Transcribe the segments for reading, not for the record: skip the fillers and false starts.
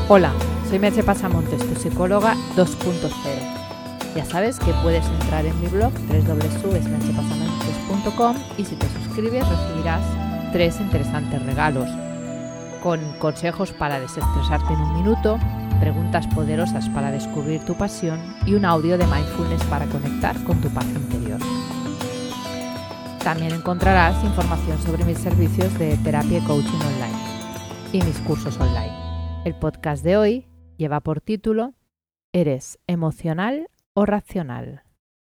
Hola, soy Merche Pasamontes, tu psicóloga 2.0. Ya sabes que puedes entrar en mi blog www.merchepasamontes.com y si te suscribes recibirás 3 interesantes regalos con consejos para desestresarte en un minuto, preguntas poderosas para descubrir tu pasión y un audio de mindfulness para conectar con tu paz interior. También encontrarás información sobre mis servicios de terapia y coaching online y mis cursos online. El podcast de hoy lleva por título ¿Eres emocional o racional?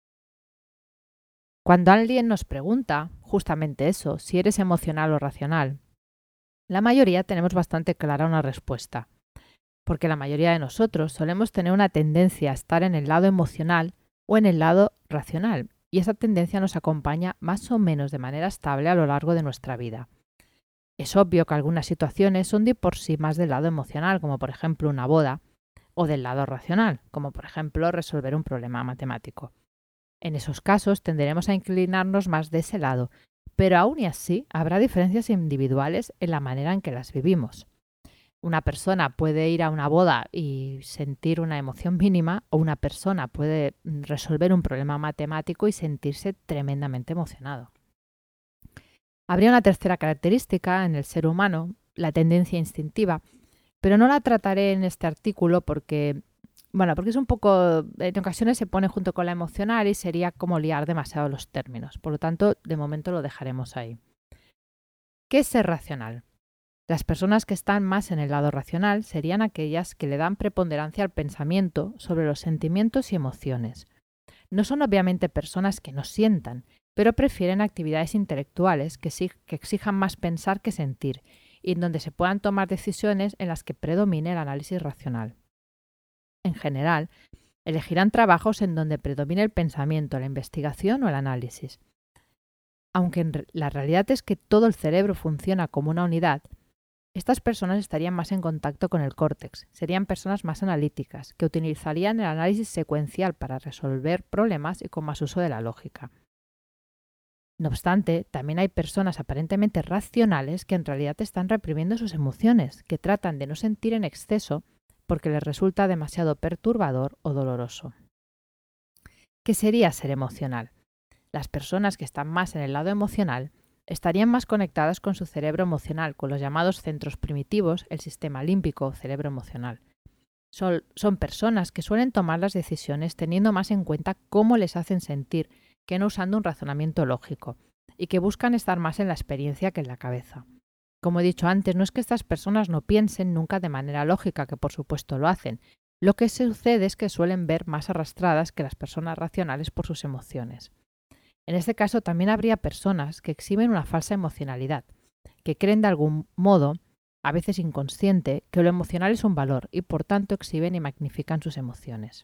Cuando alguien nos pregunta justamente eso, si eres emocional o racional, la mayoría tenemos bastante clara una respuesta, porque la mayoría de nosotros solemos tener una tendencia a estar en el lado emocional o en el lado racional, y esa tendencia nos acompaña más o menos de manera estable a lo largo de nuestra vida. Es obvio que algunas situaciones son de por sí más del lado emocional, como por ejemplo una boda, o del lado racional, como por ejemplo resolver un problema matemático. En esos casos tenderemos a inclinarnos más de ese lado, pero aún y así habrá diferencias individuales en la manera en que las vivimos. Una persona puede ir a una boda y sentir una emoción mínima, o una persona puede resolver un problema matemático y sentirse tremendamente emocionado. Habría una tercera característica en el ser humano, la tendencia instintiva, pero no la trataré en este artículo porque es un poco, en ocasiones se pone junto con la emocional y sería como liar demasiado los términos. Por lo tanto, de momento lo dejaremos ahí. ¿Qué es ser racional? Las personas que están más en el lado racional serían aquellas que le dan preponderancia al pensamiento sobre los sentimientos y emociones. No son obviamente personas que no sientan, pero prefieren actividades intelectuales que exijan más pensar que sentir y en donde se puedan tomar decisiones en las que predomine el análisis racional. En general, elegirán trabajos en donde predomine el pensamiento, la investigación o el análisis. Aunque la realidad es que todo el cerebro funciona como una unidad, estas personas estarían más en contacto con el córtex, serían personas más analíticas, que utilizarían el análisis secuencial para resolver problemas y con más uso de la lógica. No obstante, también hay personas aparentemente racionales que en realidad están reprimiendo sus emociones, que tratan de no sentir en exceso porque les resulta demasiado perturbador o doloroso. ¿Qué sería ser emocional? Las personas que están más en el lado emocional estarían más conectadas con su cerebro emocional, con los llamados centros primitivos, el sistema límbico o cerebro emocional. Son personas que suelen tomar las decisiones teniendo más en cuenta cómo les hacen sentir que no usando un razonamiento lógico, y que buscan estar más en la experiencia que en la cabeza. Como he dicho antes, no es que estas personas no piensen nunca de manera lógica, que por supuesto lo hacen. Lo que sucede es que suelen ver más arrastradas que las personas racionales por sus emociones. En este caso también habría personas que exhiben una falsa emocionalidad, que creen de algún modo, a veces inconsciente, que lo emocional es un valor y por tanto exhiben y magnifican sus emociones.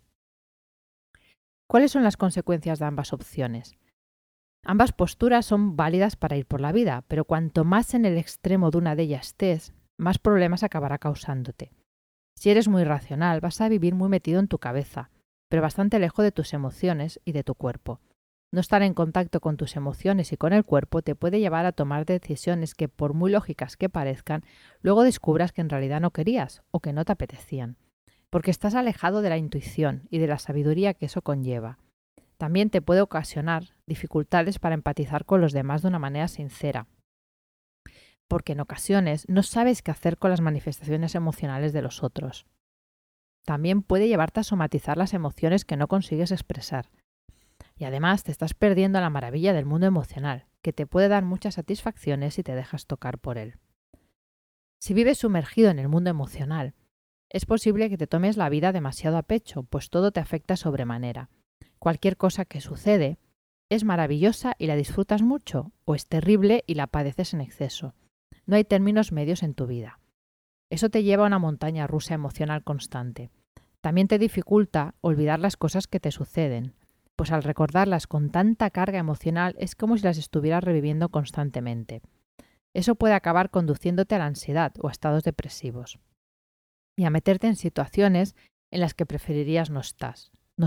¿Cuáles son las consecuencias de ambas opciones? Ambas posturas son válidas para ir por la vida, pero cuanto más en el extremo de una de ellas estés, más problemas acabará causándote. Si eres muy racional, vas a vivir muy metido en tu cabeza, pero bastante lejos de tus emociones y de tu cuerpo. No estar en contacto con tus emociones y con el cuerpo te puede llevar a tomar decisiones que, por muy lógicas que parezcan, luego descubras que en realidad no querías o que no te apetecían, porque estás alejado de la intuición y de la sabiduría que eso conlleva. También te puede ocasionar dificultades para empatizar con los demás de una manera sincera, porque en ocasiones no sabes qué hacer con las manifestaciones emocionales de los otros. También puede llevarte a somatizar las emociones que no consigues expresar. Y además te estás perdiendo la maravilla del mundo emocional, que te puede dar muchas satisfacciones si te dejas tocar por él. Si vives sumergido en el mundo emocional, es posible que te tomes la vida demasiado a pecho, pues todo te afecta sobremanera. Cualquier cosa que sucede es maravillosa y la disfrutas mucho, o es terrible y la padeces en exceso. No hay términos medios en tu vida. Eso te lleva a una montaña rusa emocional constante. También te dificulta olvidar las cosas que te suceden, pues al recordarlas con tanta carga emocional es como si las estuvieras reviviendo constantemente. Eso puede acabar conduciéndote a la ansiedad o a estados depresivos y a meterte en situaciones en las que preferirías no estar.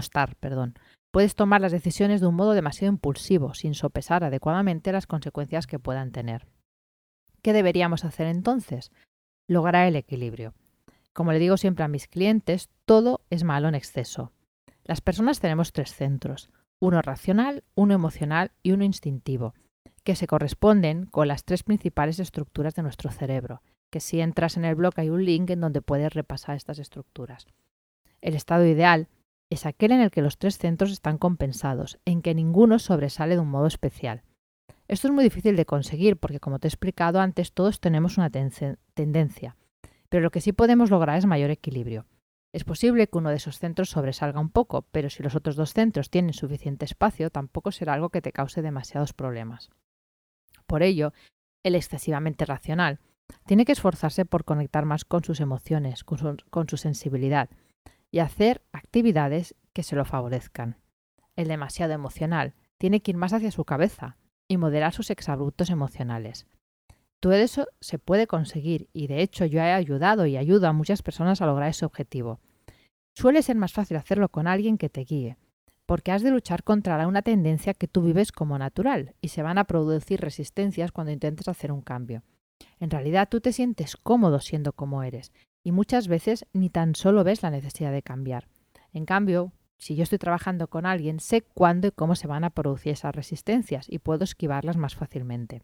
Puedes tomar las decisiones de un modo demasiado impulsivo, sin sopesar adecuadamente las consecuencias que puedan tener. ¿Qué deberíamos hacer entonces? Lograr el equilibrio. Como le digo siempre a mis clientes, todo es malo en exceso. Las personas tenemos 3 centros, uno racional, uno emocional y uno instintivo, que se corresponden con las 3 principales estructuras de nuestro cerebro, que si entras en el blog hay un link en donde puedes repasar estas estructuras. El estado ideal es aquel en el que los 3 centros están compensados, en que ninguno sobresale de un modo especial. Esto es muy difícil de conseguir porque, como te he explicado antes, todos tenemos una tendencia, pero lo que sí podemos lograr es mayor equilibrio. Es posible que uno de esos centros sobresalga un poco, pero si los otros 2 centros tienen suficiente espacio, tampoco será algo que te cause demasiados problemas. Por ello, el excesivamente racional tiene que esforzarse por conectar más con sus emociones, con su sensibilidad y hacer actividades que se lo favorezcan. El demasiado emocional tiene que ir más hacia su cabeza y moderar sus exabruptos emocionales. Todo eso se puede conseguir y de hecho yo he ayudado y ayudo a muchas personas a lograr ese objetivo. Suele ser más fácil hacerlo con alguien que te guíe, porque has de luchar contra una tendencia que tú vives como natural y se van a producir resistencias cuando intentes hacer un cambio. En realidad tú te sientes cómodo siendo como eres y muchas veces ni tan solo ves la necesidad de cambiar. En cambio, si yo estoy trabajando con alguien, sé cuándo y cómo se van a producir esas resistencias y puedo esquivarlas más fácilmente.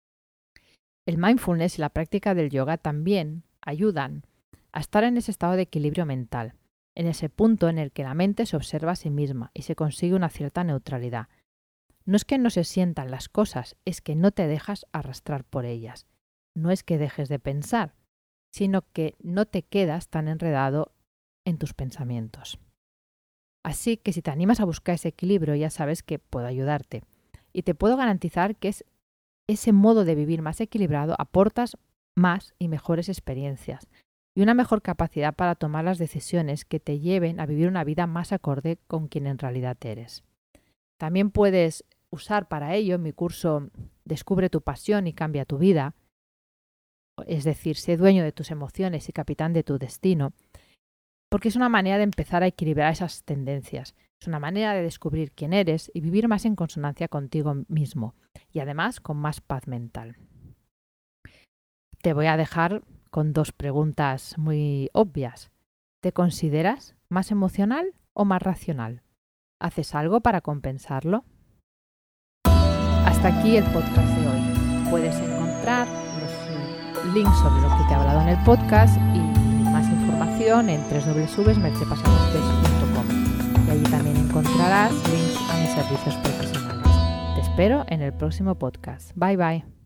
El mindfulness y la práctica del yoga también ayudan a estar en ese estado de equilibrio mental, en ese punto en el que la mente se observa a sí misma y se consigue una cierta neutralidad. No es que no se sientan las cosas, es que no te dejas arrastrar por ellas. No es que dejes de pensar, sino que no te quedas tan enredado en tus pensamientos. Así que si te animas a buscar ese equilibrio, ya sabes que puedo ayudarte. Y te puedo garantizar que ese modo de vivir más equilibrado aportas más y mejores experiencias y una mejor capacidad para tomar las decisiones que te lleven a vivir una vida más acorde con quien en realidad eres. También puedes usar para ello mi curso Descubre tu pasión y cambia tu vida, es decir, sé dueño de tus emociones y capitán de tu destino, porque es una manera de empezar a equilibrar esas tendencias. Es una manera de descubrir quién eres y vivir más en consonancia contigo mismo y además con más paz mental. Te voy a dejar con 2 preguntas muy obvias. ¿Te consideras más emocional o más racional? ¿Haces algo para compensarlo? Hasta aquí el podcast de hoy. Puedes encontrar los links sobre lo que te he hablado en el podcast y más información en www.mercepasamontes.com y allí también encontrarás links a mis servicios profesionales. Te espero en el próximo podcast. Bye bye.